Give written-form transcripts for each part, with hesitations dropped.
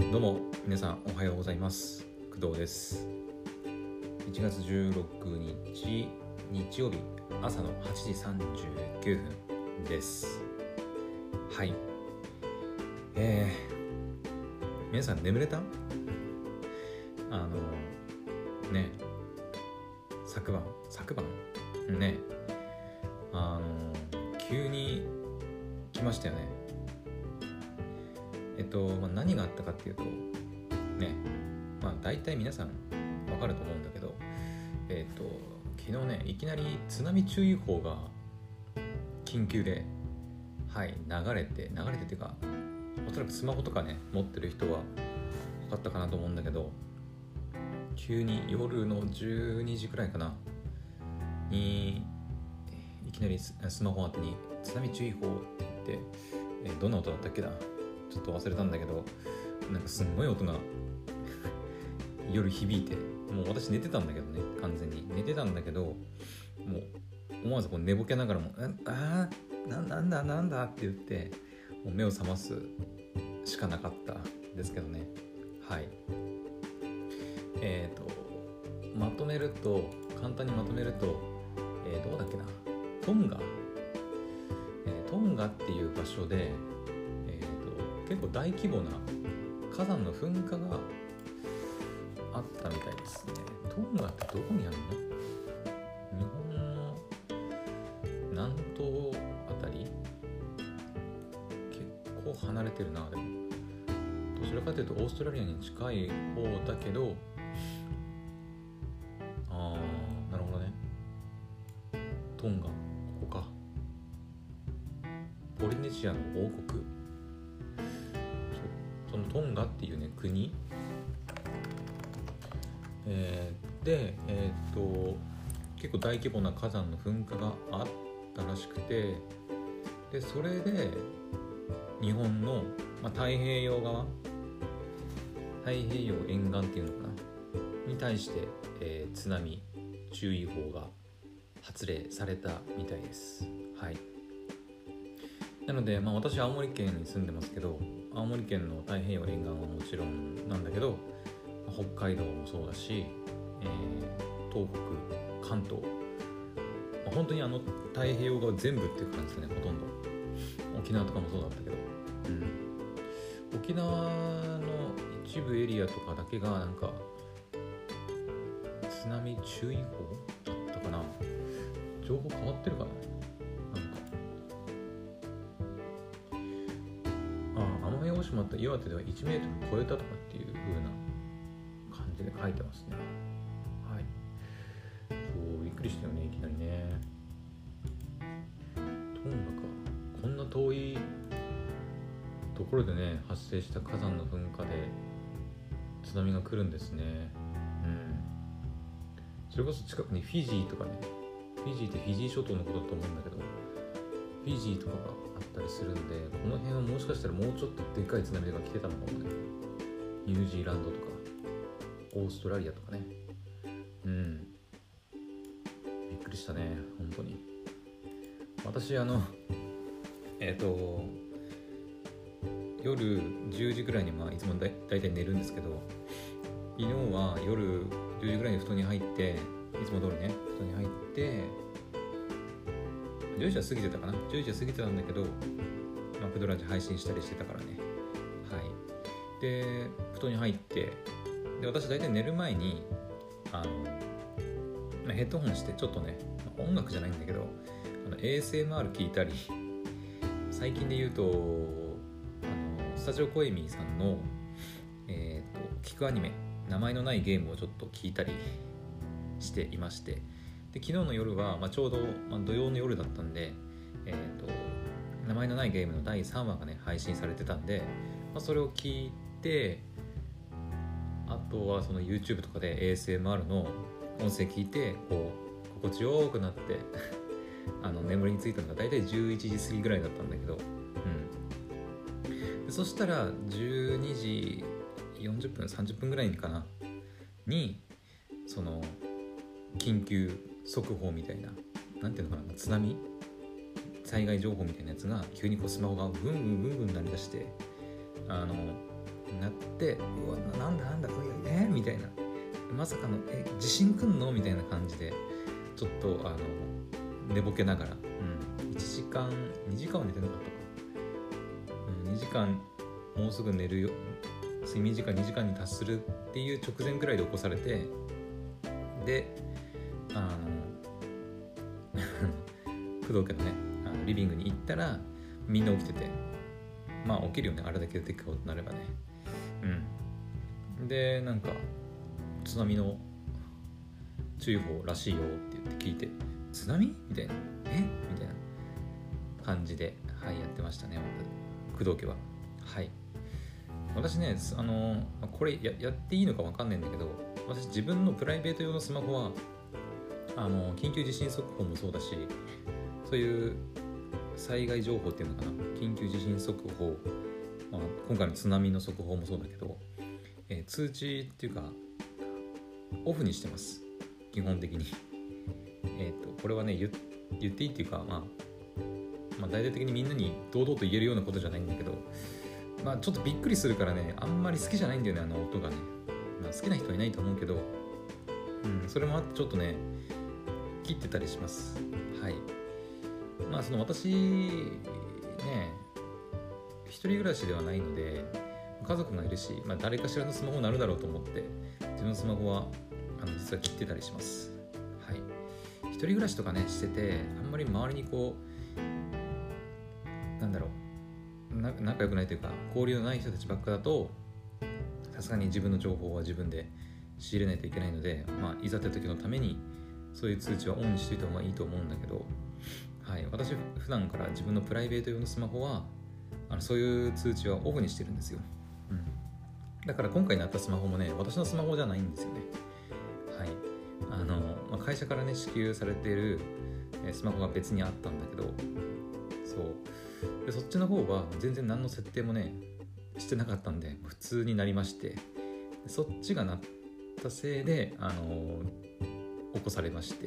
どうも皆さんおはようございます。工藤です。1月16日日曜日朝の8時39分です。はい。皆さん眠れた？昨晩ね、急に来ましたよね。何があったかっていうとね、大体皆さんわかると思うんだけど、昨日ね、いきなり津波注意報が緊急で流れてっていうか、おそらくスマホとかね持ってる人は分かったかなと思うんだけど、急に夜の12時くらいかなにいきなりスマホ宛てに津波注意報って言って、どんな音だったっけな、ちょっと忘れたんだけど、なんかすんごい音が夜響いて、もう私寝てたんだけどね、完全に寝てたんだけど、もう思わずこう寝ぼけながらもなんだって言ってもう目を覚ますしかなかったですけどね。簡単にまとめると、どうだっけな、トンガっていう場所で、結構大規模な火山の噴火があったみたいですね。トンガってどこにあるの？日本の南東あたり？結構離れてるな。でもどちらかというとオーストラリアに近い方だけど、なるほどね。トンガ、ここか。ポリネシアの王国。そのトンガっていうね国、で結構大規模な火山の噴火があったらしくて、でそれで日本の、太平洋沿岸っていうのかなに対して、津波注意報が発令されたみたいです。なので、私は青森県に住んでますけど、青森県の太平洋沿岸はもちろんなんだけど、北海道もそうだし、東北、関東、本当に太平洋側全部っていう感じでね、ほとんど沖縄とかもそうだったけど、沖縄の一部エリアとかだけがなんか津波注意報だったかな。情報変わってるかな。奄美大島と岩手では1メートル超えたとかっていう風な感じで書いてますね。そう、びっくりしたよね、いきなりね。トンガか、こんな遠いところでね発生した火山の噴火で津波が来るんですね。それこそ近くにフィジーとかね、フィジーってフィジー諸島のことだと思うんだけど、フィジーとかがあったりするんで、この辺はもしかしたらもうちょっとでかい津波が来てたのかもね。ニュージーランドとかオーストラリアとかね。びっくりしたね、本当に。私夜10時くらいにいつもだいたい寝るんですけど、昨日は夜10時くらいに布団に入って、いつも通りね布団に入って10時は過ぎてたかな、10時は過ぎてたんだけど、クドラジ配信したりしてたからね。で布団に入って、で私大体寝る前にヘッドホンしてちょっとね、音楽じゃないんだけどASMR 聞いたり、最近で言うとスタジオコエミーさんの聞くアニメ名前のないゲームをちょっと聞いたりしていまして、で昨日の夜は、ちょうど、土曜の夜だったんで、名前のないゲームの第3話がね配信されてたんで、それを聞いて、あとはその YouTube とかで ASMR の音声聞いてこう心地よくなって眠りについたのがだいたい11時過ぎぐらいだったんだけど、でそしたら12時40分30分ぐらいかなにその緊急速報みたいな、なんていうのかな、津波災害情報みたいなやつが急にこうスマホがブンブン鳴り出して、 なって、うわなんだみたいな、まさかの地震来んのみたいな感じでちょっと寝ぼけながら、1時間2時間は寝てなかったか、2時間もうすぐ寝るよ、睡眠時間2時間に達するっていう直前ぐらいで起こされて、で工藤家のねリビングに行ったらみんな起きてて、まあ起きるよね、あれだけでかくなればね。でなんか津波の注意報らしいよって言って聞いて、津波みたいな、みたいな感じでやってましたね、工藤家は。私ねこれ やっていいのか分かんないんだけど、私自分のプライベート用のスマホは緊急地震速報もそうだし、そういう災害情報っていうのかな、緊急地震速報、今回の津波の速報もそうだけど、通知っていうかオフにしてます、基本的に。これはね言っていいっていうか、大々的にみんなに堂々と言えるようなことじゃないんだけど、ちょっとびっくりするからね、あんまり好きじゃないんだよね、音がね。好きな人はいないと思うけど、それもあってちょっとね切ってたりします。その私ね一人暮らしではないので家族がいるし、誰かしらのスマホになるだろうと思って自分のスマホは実は切ってたりします。一人暮らしとかねしてて、あんまり周りにこう仲良くないというか交流のない人たちばっかだと、さすがに自分の情報は自分で仕入れないといけないので、いざという時のためにそういう通知はオンにしておいた方がいいと思うんだけど、私普段から自分のプライベート用のスマホはそういう通知はオフにしてるんですよ。だから今回になったスマホもね、私のスマホじゃないんですよね。会社からね支給されているスマホが別にあったんだけど、そっちの方は全然何の設定もねしてなかったんで普通になりまして、そっちがなったせいで起こされまして、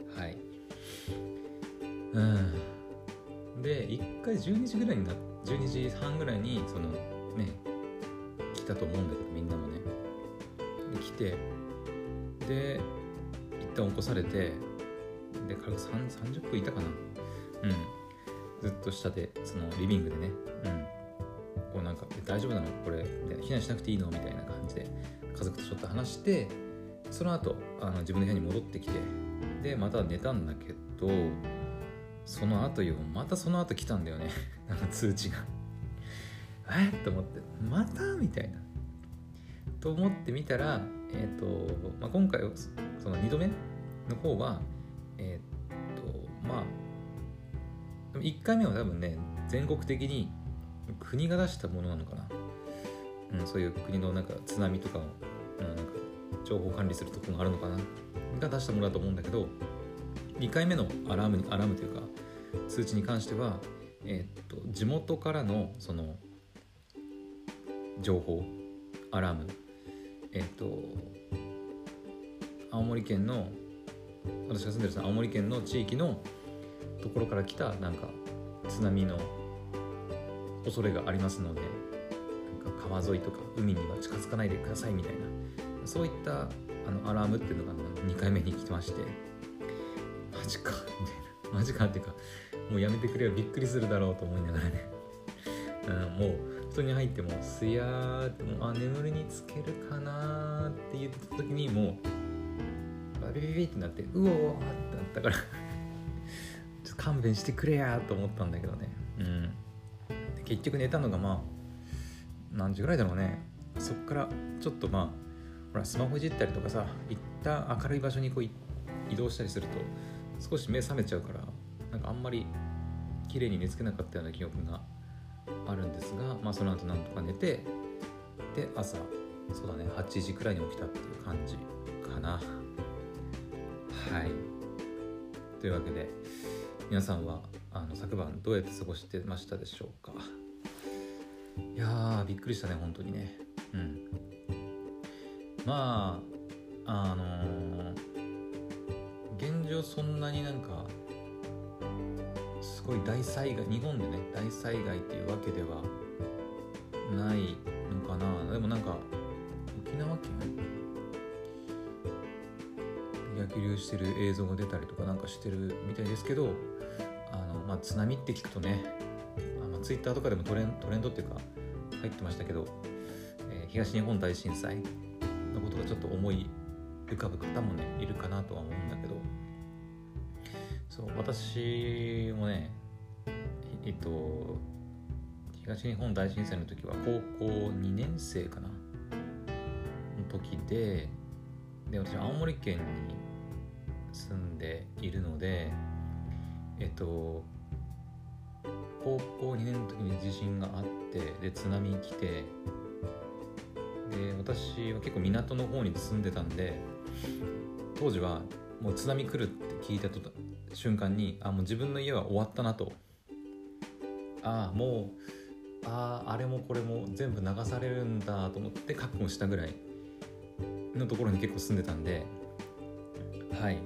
で1回12時半ぐらいにそのね来たと思うんだけど、みんなもねで来て、で一旦起こされて、で軽く30分いたかな、ずっと下でそのリビングでね、こうなんか大丈夫なのこれ避難しなくていいのみたいな感じで家族とちょっと話して、その後自分の部屋に戻ってきて、でまた寝たんだけど、またその後来たんだよねなんか通知がと思って、またみたいなと思ってみたら、今回その2度目の方は1回目は多分ね全国的に国が出したものなのかな、そういう国のなんか津波とかのなんか情報管理するところがあるのかなが出したものだと思うんだけど、2回目のアラームというか通知に関しては、地元からのその情報アラーム、青森県の、私が住んでるその青森県の地域のところから来たなんか津波の恐れがありますので、なんか川沿いとか海には近づかないでくださいみたいな、そういったアラームっていうのが2回目に来てまして、マジかみたいな、マジかっていうかもうやめてくれよ、びっくりするだろうと思いながらねもう布団に入ってもすやーってもう眠りにつけるかなって言った時にもうビビビってなって、うおーってなったからちょっと勘弁してくれやと思ったんだけどね。で結局寝たのが何時ぐらいだろうね。そっからちょっとほらスマホいじったりとかさ、一旦明るい場所にこう移動したりすると少し目覚めちゃうから、なんかあんまり綺麗に寝つけなかったような記憶があるんですが、その後なんとか寝て、で朝そうだね8時くらいに起きたっていう感じかな。というわけで皆さんは昨晩どうやって過ごしてましたでしょうか。いやーびっくりしたね本当にね。現状そんなになんかすごい大災害、日本でね大災害っていうわけではないのかな。でもなんか沖縄県逆流してる映像が出たりとかなんかしてるみたいですけど、津波って聞くとね、ツイッターとかでもトレンドっていうか入ってましたけど、東日本大震災のことがちょっと思い浮かぶ方もねいるかなとは思うんだけど、そう私もね東日本大震災の時は高校2年生かなの時で私青森県に住んでいるので、高校2年の時に地震があってで津波来て、で私は結構港の方に住んでたんで、当時はもう津波来るって聞いた瞬間にもう自分の家は終わったなと、もうあれもこれも全部流されるんだと思って覚悟したぐらいのところに結構住んでたんで、はい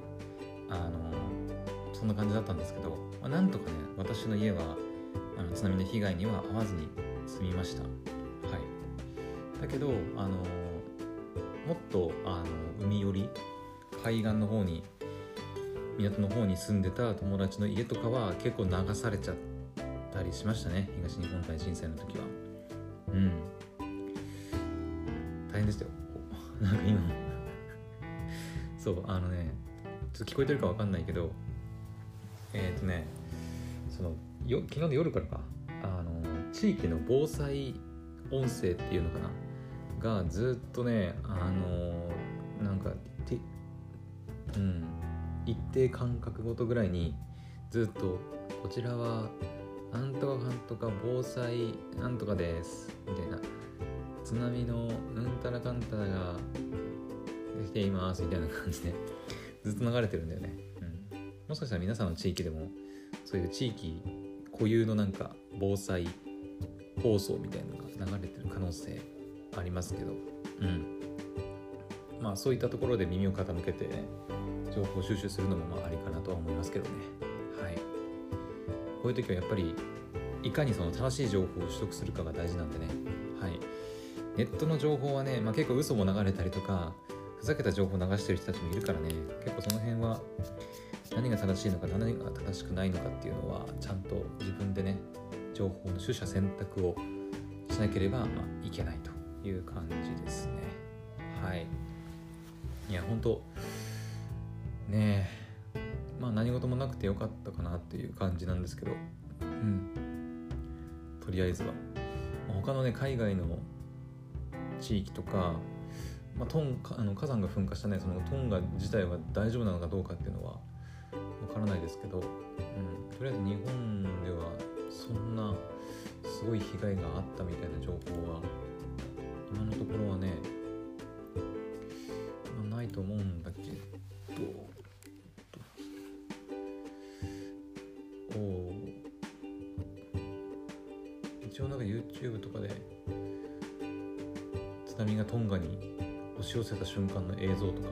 そんな感じだったんですけど、なんとかね私の家は津波の被害には遭わずに済みました。はい。だけどもっと海寄り海岸の方に港の方に住んでた友達の家とかは結構流されちゃったりしましたね、東日本大震災の時は。大変でしたよ。なんか今そうちょっと聞こえてるか分かんないけど昨日の夜からか地域の防災音声っていうのかながずっとね一定間隔ごとぐらいにずっとこちらはなんとかかんとか防災なんとかですみたいな、津波のうんたらかんたらが来ていますみたいな感じでずっと流れてるんだよね。もしかしたら皆さんの地域でもそういう地域固有のなんか防災放送みたいなのが流れてる可能性ありますけど、そういったところで耳を傾けて、情報収集するのもありかなとは思いますけどね。はい。こういう時はやっぱりいかにその正しい情報を取得するかが大事なんでね。はい。ネットの情報はね、結構嘘も流れたりとかふざけた情報を流してる人たちもいるからね、結構その辺は何が正しいのか何が正しくないのかっていうのはちゃんと自分でね情報の取捨選択をしなければいけないという感じですね。はい。いや本当ね何事もなくてよかったかなっていう感じなんですけど、とりあえずは他のね海外の地域とか、火山が噴火したねそのトンガ自体は大丈夫なのかどうかっていうのはわからないですけど、とりあえず日本ではそんなすごい被害があったみたいな情報は今のところはね、ないと思うんだけど、一応なんか YouTube とかで津波がトンガに押し寄せた瞬間の映像とか、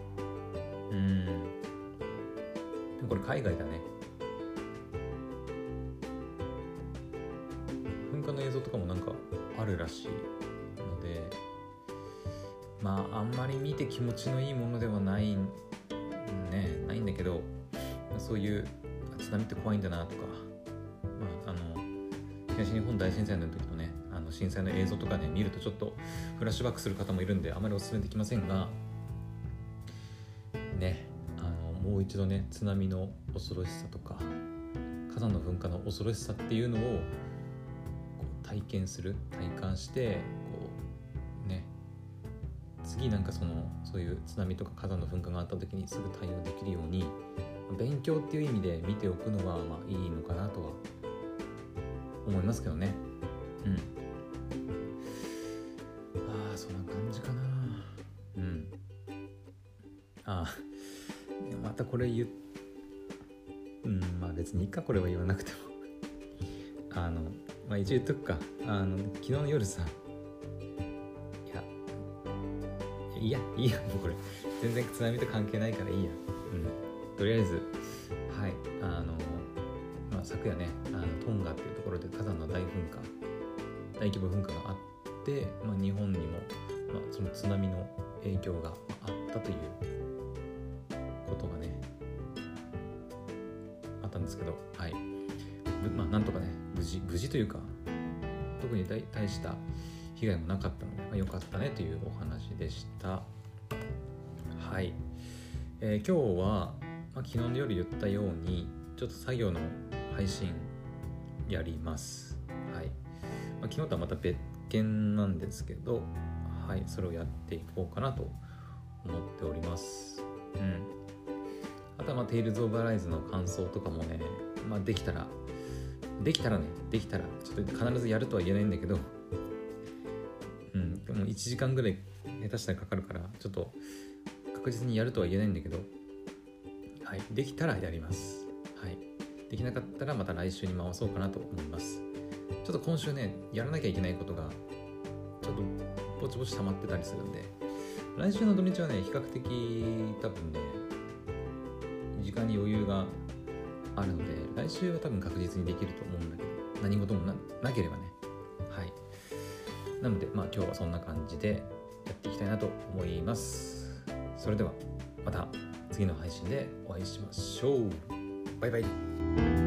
これ海外だね。噴火の映像とかもなんかあるらしいので、あんまり見て気持ちのいいものではないないんだけど、そういう津波って怖いんだなとか、東日本大震災の時のね震災の映像とかね見るとちょっとフラッシュバックする方もいるんであまりお勧めできませんがね、もう一度ね津波の恐ろしさとか火山の噴火の恐ろしさっていうのをこう体感して次そういう津波とか火山の噴火があった時にすぐ対応できるように勉強っていう意味で見ておくのはいいのかなとは思いますけどね。そんな感じかな。またこれ別にいいか、これは言わなくても一応言っとくか。昨日の夜さ、いいやもうこれ全然津波と関係ないからいいや。とりあえずはい昨夜ねトンガっていうところで火山の大規模噴火があって、 て、日本にも、その津波の影響があったということがねあったんですけど、はい、なんとかね無事というか特に大した被害もなかったので、良かったねというお話でした。はい、今日は、昨日の夜言ったようにちょっと作業の配信やります。はい、昨日とはまた別件なんですけど、はい、それをやっていこうかなと思っております。あとはテイルズ・オブ・アライズの感想とかもね、できたらちょっと必ずやるとは言えないんだけど、でも1時間ぐらい下手したらかかるからちょっと確実にやるとは言えないんだけど、はい、できたらやります。はい、できなかったらまた来週に回そうかなと思います。ちょっと今週ねやらなきゃいけないことがちょっとぼちぼち溜まってたりするんで、来週の土日はね比較的多分ね時間に余裕があるので、来週は多分確実にできると思うんだけど、何事も なければね。はい、なので今日はそんな感じでやっていきたいなと思います。それではまた次の配信でお会いしましょう。バイバイ。